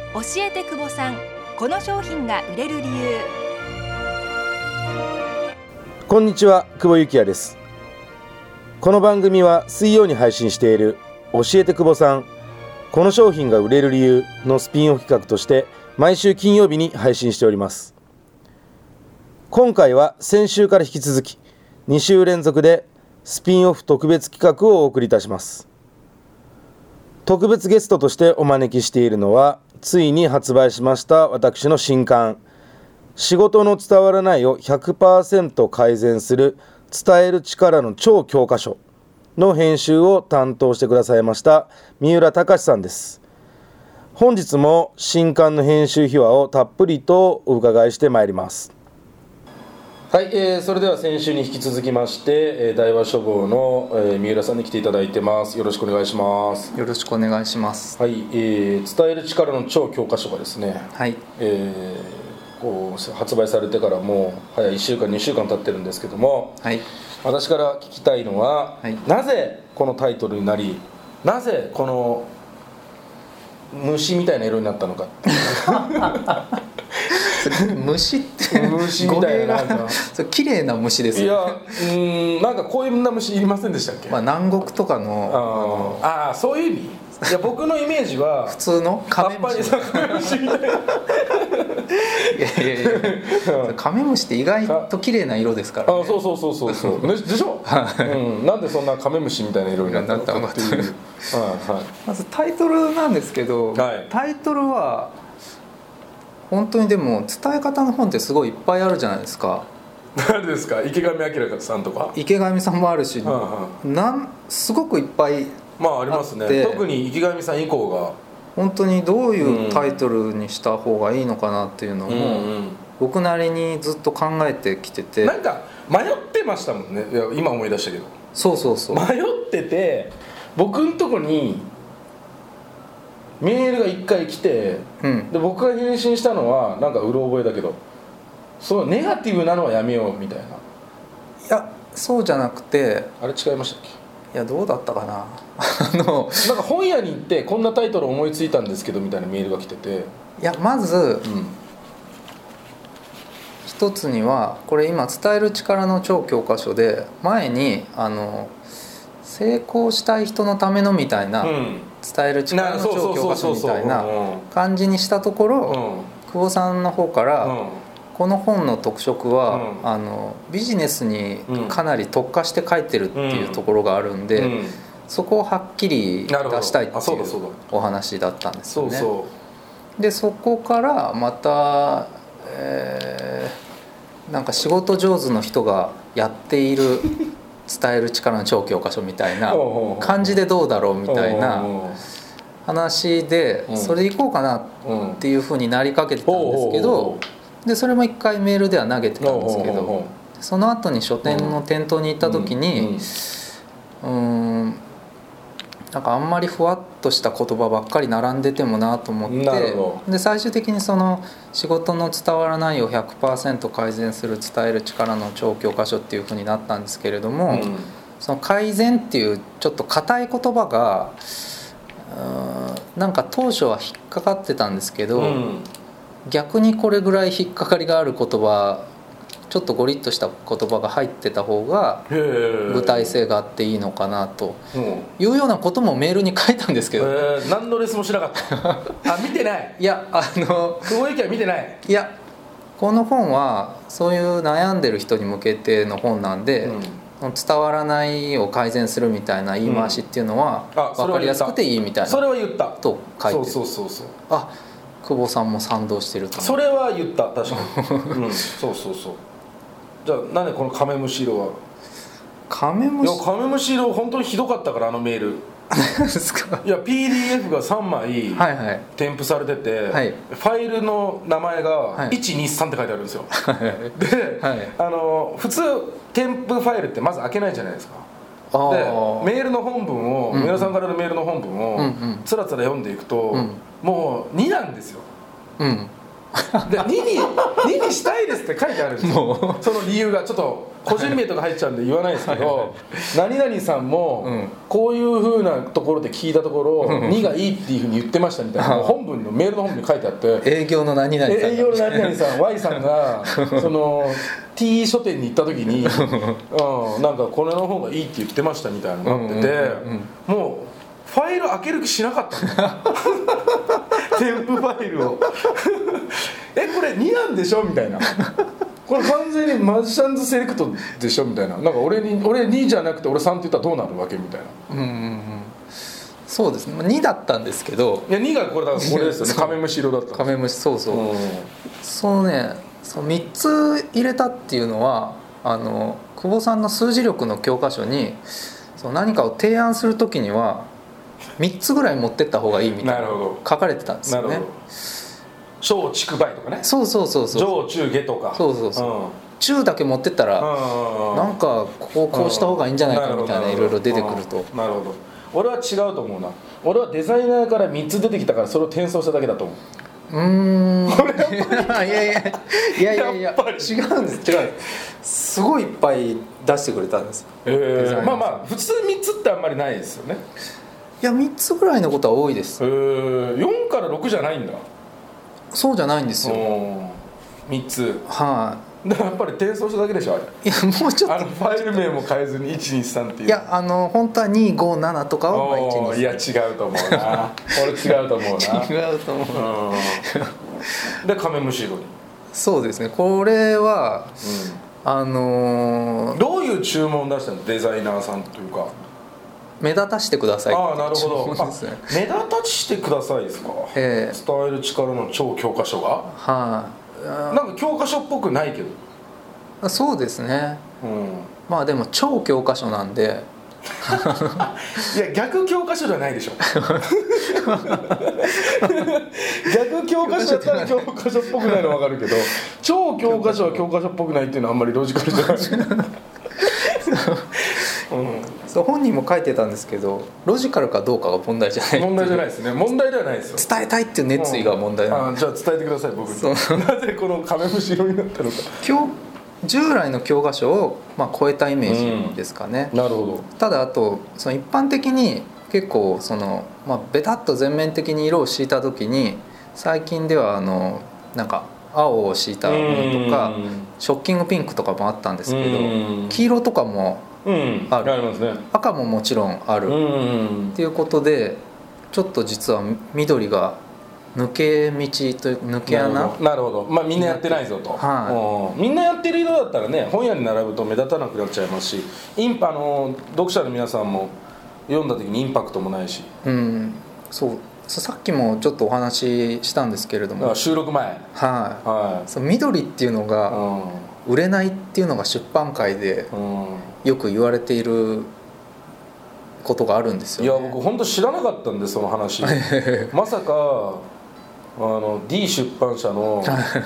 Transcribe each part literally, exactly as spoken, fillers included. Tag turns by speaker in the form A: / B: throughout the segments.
A: 教えて久保さん、この商品が売れる理由。
B: こんにちは、久保幸也です。この番組は水曜に配信している教えて久保さん、この商品が売れる理由のスピンオフ企画として毎週金曜日に配信しております。今回は先週から引き続きに週連続でスピンオフ特別企画をお送りいたします。特別ゲストとしてお招きしているのは、ついに発売しました私の新刊、仕事の伝わらないを ひゃくパーセント 改善する伝える力の超教科書の編集を担当してくださいました三浦隆さんです。本日も新刊の編集秘話をたっぷりとお伺いしてまいります。はい、えー、それでは先週に引き続きまして、えー、大和書房の、えー、三浦さんに来ていただいてます。よろしくお願いします。
C: よろしくお願いします。
B: はい、えー、伝える力の超教科書がですね、
C: はい、
B: えー、こう発売されてからもう早いいっしゅうかんにしゅうかん経ってるんですけども、
C: はい、
B: 私から聞きたいのは、
C: はい、
B: なぜこのタイトルになり、なぜこの虫みたいな色になったのか
C: 虫って
B: 虫みたいな、なんか
C: 綺麗な虫ですよね。
B: いや、うーん、なんかこういう虫いりませんでしたっけ。
C: まあ、南国とかの
B: あああ、そういう意味。いや、僕のイメージは
C: 普通のカメムシ
B: カメムシみたいな。い
C: やいやいや、カメムシって意外と綺麗な色ですからね。
B: あ、そうそうそうそうそうでしょ、うん、なんでそんなカメムシみたいな色になったのかっていう、はいはい、
C: まずタイトルなんですけど、はい、タイトルは本当にでも伝え方の本ってすごいいっぱいあるじゃないですか。
B: 誰ですか。池上彰さんとか
C: 池上さんもあるし、
B: はあは
C: あ、なんすごくいっぱい
B: まあありますね。特に池上さん以降が
C: 本当にどういうタイトルにした方がいいのかなっていうのも、うんうん、僕なりにずっと考えてきてて、
B: なんか迷ってましたもんね。いや、今思い出したけど、
C: そうそうそう、
B: 迷ってて、僕んとこにメールがいっかい来て、うん、で僕が返信したのはなんかうろ覚えだけど、そうネガティブなのはやめようみたいな。い
C: や、そうじゃなくて、
B: あれ違いましたっけ。
C: いや、どうだったかなあの
B: なんか本屋に行ってこんなタイトル思いついたんですけどみたいなメールが来てて、
C: いや、まず、うん、一つにはこれ今伝える力の超教科書で前にあの成功したい人のためのみたいな、うん、伝える力の超教科書みたいな感じにしたところ、うん、久保さんの方から、うん、この本の特色は、うん、あのビジネスにかなり特化して書いてるっていうところがあるんで、うん、そこをはっきり出したいっていうお話だったんですよね。そうそう。でそこからまた、えー、なんか仕事上手の人がやっている伝える力の超教科書みたいな感じでどうだろうみたいな話で、それでいこうかなっていうふうになりかけてたんですけど、でそれも一回メールでは投げてたんですけど、その後に書店の店頭に行った時に、うーん、なんかあんまりふわっとした言葉ばっかり並んでてもなと思って、で最終的にその仕事の伝わらないを ひゃくパーセント 改善する伝える力の超教科書っていうふうになったんですけれども、うん、その改善っていうちょっと硬い言葉がうんなんか当初は引っかかってたんですけど、うん、逆にこれぐらい引っかかりがある言葉、ちょっとゴリッとした言葉が入ってた方が具体性があっていいのかなというようなこともメールに書いたんですけど、
B: えー、何のレスもしなかったあ、見てない。
C: いや、あの
B: 久保幸は見てない。
C: いや、この本はそういう悩んでる人に向けての本なんで、うん、伝わらないを改善するみたいな言い回しっていうのは分かりやすくていいみたいな、
B: それは言った
C: と書いてる。
B: そうそうそうそう。
C: あ、久保さんも賛同してると思う。
B: それは言った、確かに、うん、そうそうそう。じゃあなんでこのカメムシ色は。
C: カメムシ、
B: いや、カメムシ色本当にひどかったから、あのメール
C: ですか。
B: いや ピーディーエフ がさんまい添付されてて、はいはい、ファイルの名前がいちにさんって書いてあるんですよ、はい、で、はい、あの普通添付ファイルってまず開けないじゃないですか。でメールの本文を、三浦さんからのメールの本文をつらつら読んでいくと、うん、もうになんですよ、うん、 でににににしたいですって書いてあるんですよ。その理由がちょっと個人名とか入っちゃうんで言わないですけど何々さんもこういう風なところで聞いたところにがいいっていう風に言ってましたみたいな本文のメールの本文に書いてあって、
C: 営業の何々さん
B: 営業の何々さん Y さんがその T 書店に行った時に、うん、なんかこれの方がいいって言ってましたみたいなのになってて、もうファイル開ける気しなかったの添付ファイルをえこれになんでしょみたいな、これ完全にマジシャンズセレクトでしょみたいな、なんか俺に俺にじゃなくて俺さんって言ったらどうなるわけみたいな。うんうんうん、
C: そうですね、にだったんですけど、
B: いやにがこれだからこれですよねカメムシ色だった。
C: カメムシ、そうそう、うん、そうね、そうみっつ入れたっていうのはあの久保さんの数字力の教科書にそう何かを提案するときにはみっつぐらい持ってった方がいいみたいな書かれてたんですよね。
B: 小畜梅とかね、
C: そうそうそうそう、
B: 上中下とか、
C: そうそうそう、うん、中だけ持ってったらなんかこうこうした方がいいんじゃないかみたいないろいろ出てくると。
B: なるほど、俺は違うと思うな。俺はデザイナーからみっつ出てきたからそれを転送しただけだと思う。
C: うーんいやいやいやいやいやいや違うんです、違うんです、すごいいっぱい出してくれたんです。
B: えー、まあまあ普通みっつってあんまりないですよね。
C: いやみっつぐらいのことは多いです。
B: えー、よんからろくじゃないんだ。
C: そうじゃないんですよ。
B: みっつ、
C: はい、
B: だからやっぱり転送しただけでしょあれ。
C: いやもうちょっと
B: あのファイル名も変えずにいちにさんっていう。
C: いやあの本当はにごななとかは
B: いちにさん。いや違うと思うな俺違うと思うな
C: 違うと思う、
B: うん、でカメムシ色に。
C: そうですね、これは、うん、あのー、
B: どういう注文出したのデザイナーさんというか。
C: 目立たしてください。
B: ああなるほど、ね、目立たしてくださいですか、
C: えー、
B: 伝える力の超教科書が、
C: はい、あ、
B: なんか教科書っぽくないけど。
C: そうですね、
B: うん、
C: まあでも超教科書なんで
B: いや逆教科書じゃないでしょ逆教科書だったら教科書っぽくないの分かるけど超教科書は教科書っぽくないっていうのはあんまりロジカルじゃない
C: うん、そう本人も書いてたんですけどロジカルかどうかが問題じゃない。
B: 問題じゃないですね、問題ではないですよ。
C: 伝えたいっていう熱意が問題なの、
B: うん、あじゃあ伝えてください僕に。なぜこのカメムシ色になったのか。
C: 今日従来の教科書を、まあ、超えたイメージですかね、
B: うん、なるほど。
C: ただあとその一般的に結構その、まあ、ベタッと全面的に色を敷いた時に最近ではあのなんか青を敷いたものとかショッキングピンクとかもあったんですけど黄色とかもある、うん、ありますね、赤ももちろんあるっていうことでちょっと実は緑が抜け道という抜け穴。
B: なるほど、まあみんなやってないぞと、はい、みんなやってる色だったらね本屋に並ぶと目立たなくなっちゃいますしインパあの読者の皆さんも読んだ時にインパクトもないし、
C: うん、そうさっきもちょっとお話ししたんですけれども
B: 収録前、
C: はい、はい、そう緑っていうのが売れないっていうのが出版界でよく言われていることがあるんですよね。
B: いや僕本当知らなかったんでその話まさかあの D 出版社の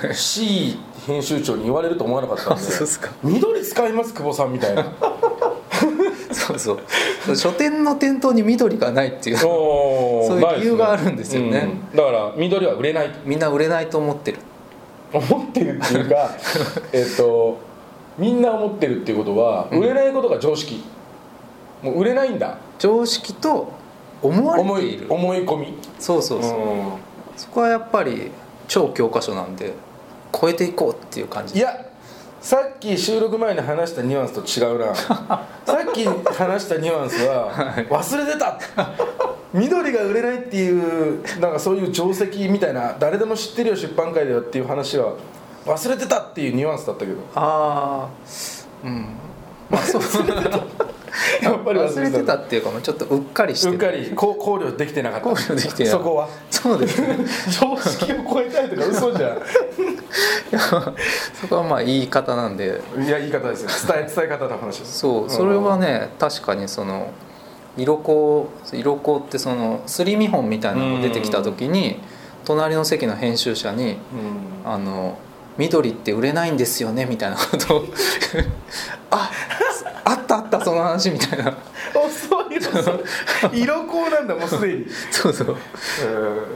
B: C 編集長に言われると思わなかったんで緑使います久保さんみたいな
C: そうそう書店の店頭に緑がないっていうそういう理由があるんですよね、ね、
B: うん、だから緑は売れない、
C: みんな売れないと思ってる
B: 思ってるっていうかえっとみんな思ってるっていうことは売れないことが常識、もう売れないんだ
C: 常識と思われている
B: 思い込み。
C: そうそうそう、うん、そこはやっぱり超教科書なんで超えていこうっていう感じ。
B: いやさっき収録前に話したニュアンスと違うなさっき話したニュアンスは忘れてた緑が売れないっていうなんかそういう定石みたいな誰でも知ってるよ出版界ではっていう話は忘れてたっていうニュアンスだったけど。
C: ああうんまあそうやっぱり忘れてたっていうかちょっとうっかりして
B: うっかり考慮できてなかった。
C: 考慮できてない
B: そこは
C: そうですね
B: 常識を超えたいとか嘘じゃんい
C: やそこはまあ言い方なんで。
B: いや言い方ですよ伝え伝え方の話です。
C: そうそれはね確かにその色香色香ってそのすり見本みたいなのが出てきた時に隣の席の編集者にあの緑って売れないんですよねみたいなことをああったあったその話みたいな
B: そういうの色香なんだもうすでに
C: そうそう、
B: えー、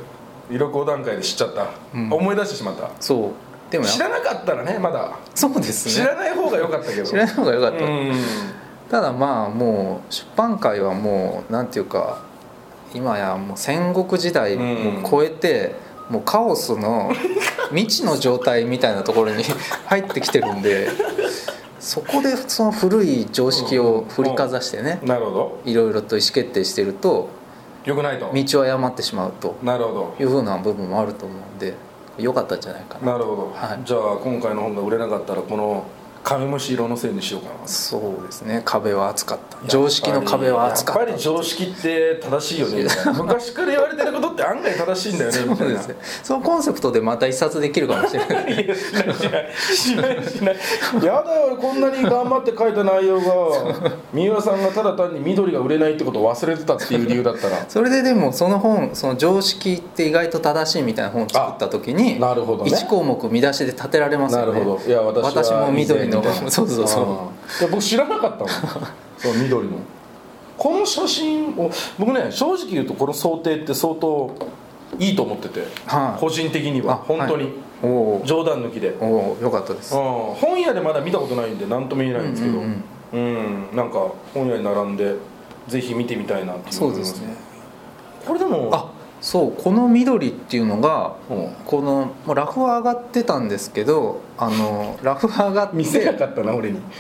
B: 色講談会で知っちゃった、うん、思い出してしまった。
C: そうでも
B: 知らなかったらねまだ
C: そうですね
B: 知らない方が良かったけど
C: 知らない方が良かった、
B: うん、
C: ただまあもう出版界はもうなんていうか今やもう戦国時代を超えて、うん、もうカオスの未知の状態みたいなところに入ってきてるんでそこでその古い常識を振りかざしてね、
B: うん、なるほど
C: いろいろと意思決定してると
B: 良くないと
C: 道を誤ってしまうと
B: なるほど
C: いうふうな部分もあると思うんで良かったんじゃないかな。
B: なるほど、はい、じゃあ今回の本が売れなかったらこのカメムシ色のせいにしようかな。
C: そうですね壁は厚かった常識の壁は厚かった
B: やっぱり常識って正しいよね昔から言われてることって案外正しいんだよねみたいな。そうですね
C: そのコンセプトでまた一冊できるかもしれないいやしないしない
B: しないしないやだよ俺こんなに頑張って書いた内容が三浦さんがただ単に緑が売れないってことを忘れてたっていう理由だったら
C: それででもその本その常識って意外と正しいみたいな本を作った時に
B: なるほど、ね、
C: いち項目見出しで立てられますよね。
B: なるほどいや 私,
C: 私も緑のそうそうそう
B: いや僕知らなかったもんそう緑のこの写真を僕ね正直言うとこの想定って相当いいと思ってて、はい、個人的には本当に、はい、お冗談抜きで
C: およかったです。
B: 本屋でまだ見たことないんで何とも言えないんですけど、うん、うんうん、なんか本屋に並んでぜひ見てみたいなっていう
C: そうですね。
B: これでも
C: あそうこの緑っていうのが、うん、このもうラフは上がってたんですけどあのラフは上がって
B: 見せなかったな俺に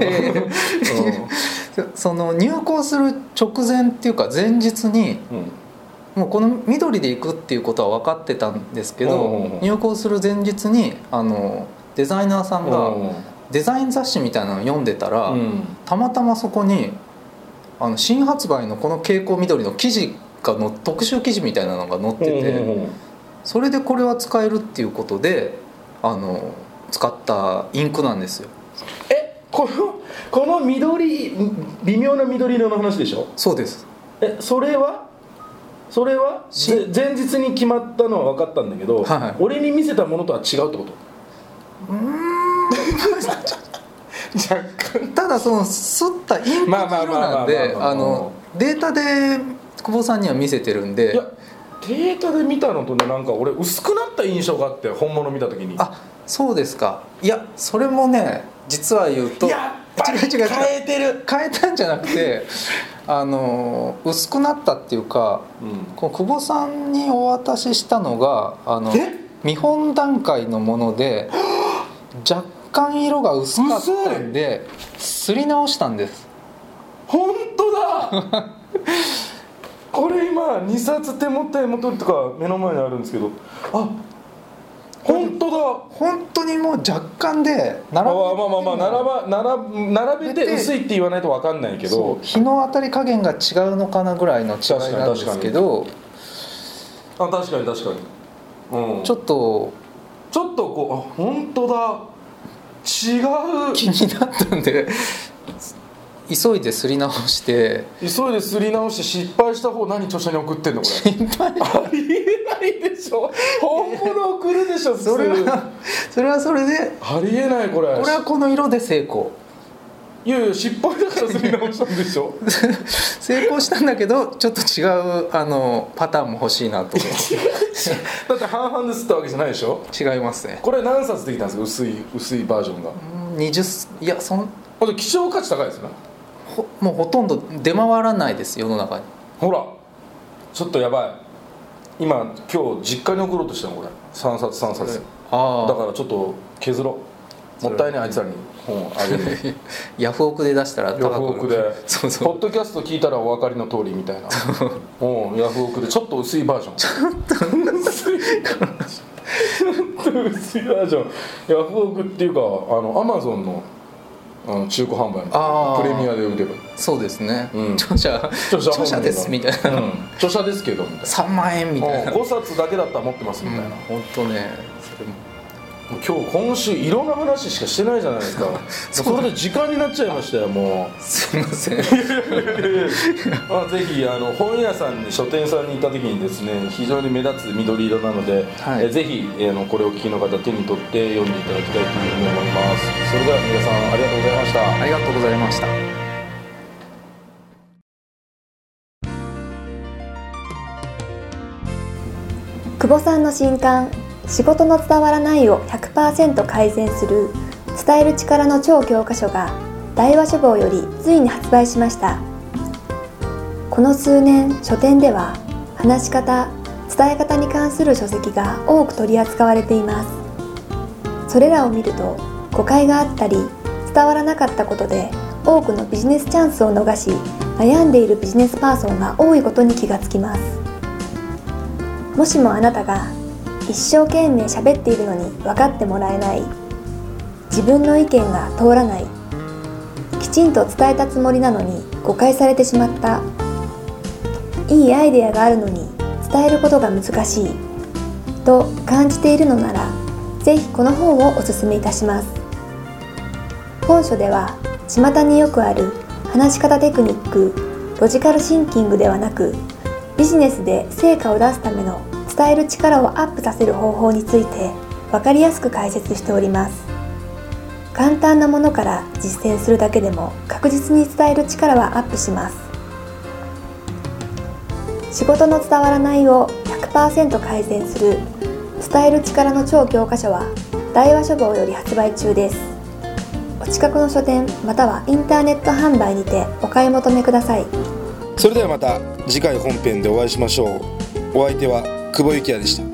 C: その入稿する直前っていうか前日に、うん、もうこの緑でいくっていうことは分かってたんですけど、うん、入稿する前日にあのデザイナーさんがデザイン雑誌みたいなのを読んでたら、うん、たまたまそこにあの新発売のこの蛍光緑の記事の特集記事みたいなのが載ってて、うんうんうん、それでこれは使えるっていうことであの使ったインクなんですよ。
B: えこのこの緑微妙な緑色の話でしょ。
C: そうです。
B: えそれはそれは前日に決まったのは分かったんだけど、はい、俺に見せたものとは違うってこと。
C: うーん若干ただそのすったインクの色なんでデータで久保さんには見せてるんで。
B: いやデータで見たのとねなんか俺薄くなった印象があって本物見た時に。
C: あそうですか。いやそれもね実は言うと
B: やっぱり変えてる
C: 変えたんじゃなくてあの薄くなったっていうか、うん、この久保さんにお渡ししたのがあの見本段階のもので若干色が薄かったんですり直したんです。
B: 本当だこれ今にさつ手元手元とか目の前にあるんですけどあ本当だ
C: 本当にもう若干で
B: 並べてまあまあまあまあ並ば並べて薄いって言わないと分かんないけど
C: 日の当たり加減が違うのかなぐらいの違いなんですけど
B: あ確かに確かに、
C: うん、ちょっと
B: ちょっとこうあ本当だ違う
C: 気になったんで急いですり直して
B: 急いですり直して失敗した方何著者に送ってんのこれ
C: 心配
B: ありえないでしょ本物送るでしょ
C: それはそれはそれで
B: ありえないこれ
C: これはこの色で成功
B: いやいや失敗だからすり直したんでしょ
C: 成功したんだけどちょっと違うあのパターンも欲しいなと思って
B: だって半々で吸ったわけじゃないでしょ。
C: 違いますね。
B: これ何冊できたんですか薄い薄いバージョンが
C: にじゅういやそん
B: 希少価値高いですね。
C: ほもうほとんど出回らないです世の中に。
B: ほらちょっとやばい今今日実家に送ろうとしたのこれさんさつさんさつあだからちょっと削ろうもったいないあいつらに本あげる
C: ヤフオクで出したら
B: ヤフオクでそうそうポッドキャスト聞いたらお分かりの通りみたいなうんヤフオクでちょっと薄いバージョンちょっと薄いちょっと薄いバージョンヤフオクっていうかあのアマゾンのあの中古販売のプレミアで売れば
C: そうですね、うん、著者著者ですみたいな、うん、
B: 著者ですけどみたいな
C: さんまんえんみたいな
B: ごさつだけだったら持ってますみたいな、うん、
C: 本当ねそれも
B: 今日今週色の話しかしてないじゃないですかそれで時間になっちゃいましたよもう
C: すいませんま
B: あぜひあの本屋さんに書店さんに行った時にですね非常に目立つ緑色なので、はい、えぜひあのこれをお聞きの方手に取って読んでいただきたいというふうに思いますそれでは皆さんありがとうございました
C: ありがとうございました。
D: 久保さんの新刊仕事の伝わらないを ひゃくパーセント 改善する伝える力の超教科書が大和書房よりついに発売しました。この数年書店では話し方、伝え方に関する書籍が多く取り扱われています。それらを見ると誤解があったり伝わらなかったことで多くのビジネスチャンスを逃し悩んでいるビジネスパーソンが多いことに気がつきます。もしもあなたが一生懸命喋っているのに分かってもらえない、自分の意見が通らない、きちんと伝えたつもりなのに誤解されてしまった、いいアイデアがあるのに伝えることが難しいと感じているのなら、ぜひこの本をお勧めいたします。本書では巷によくある話し方テクニック、ロジカルシンキングではなく、ビジネスで成果を出すための伝える力をアップさせる方法について分かりやすく解説しております。簡単なものから実践するだけでも確実に伝える力はアップします。仕事の伝わらないを ひゃくパーセント 改善する伝える力の超教科書は大和書房より発売中です。お近くの書店またはインターネット販売にてお買い求めください。
B: それではまた次回本編でお会いしましょう。お相手は久保幸也でした。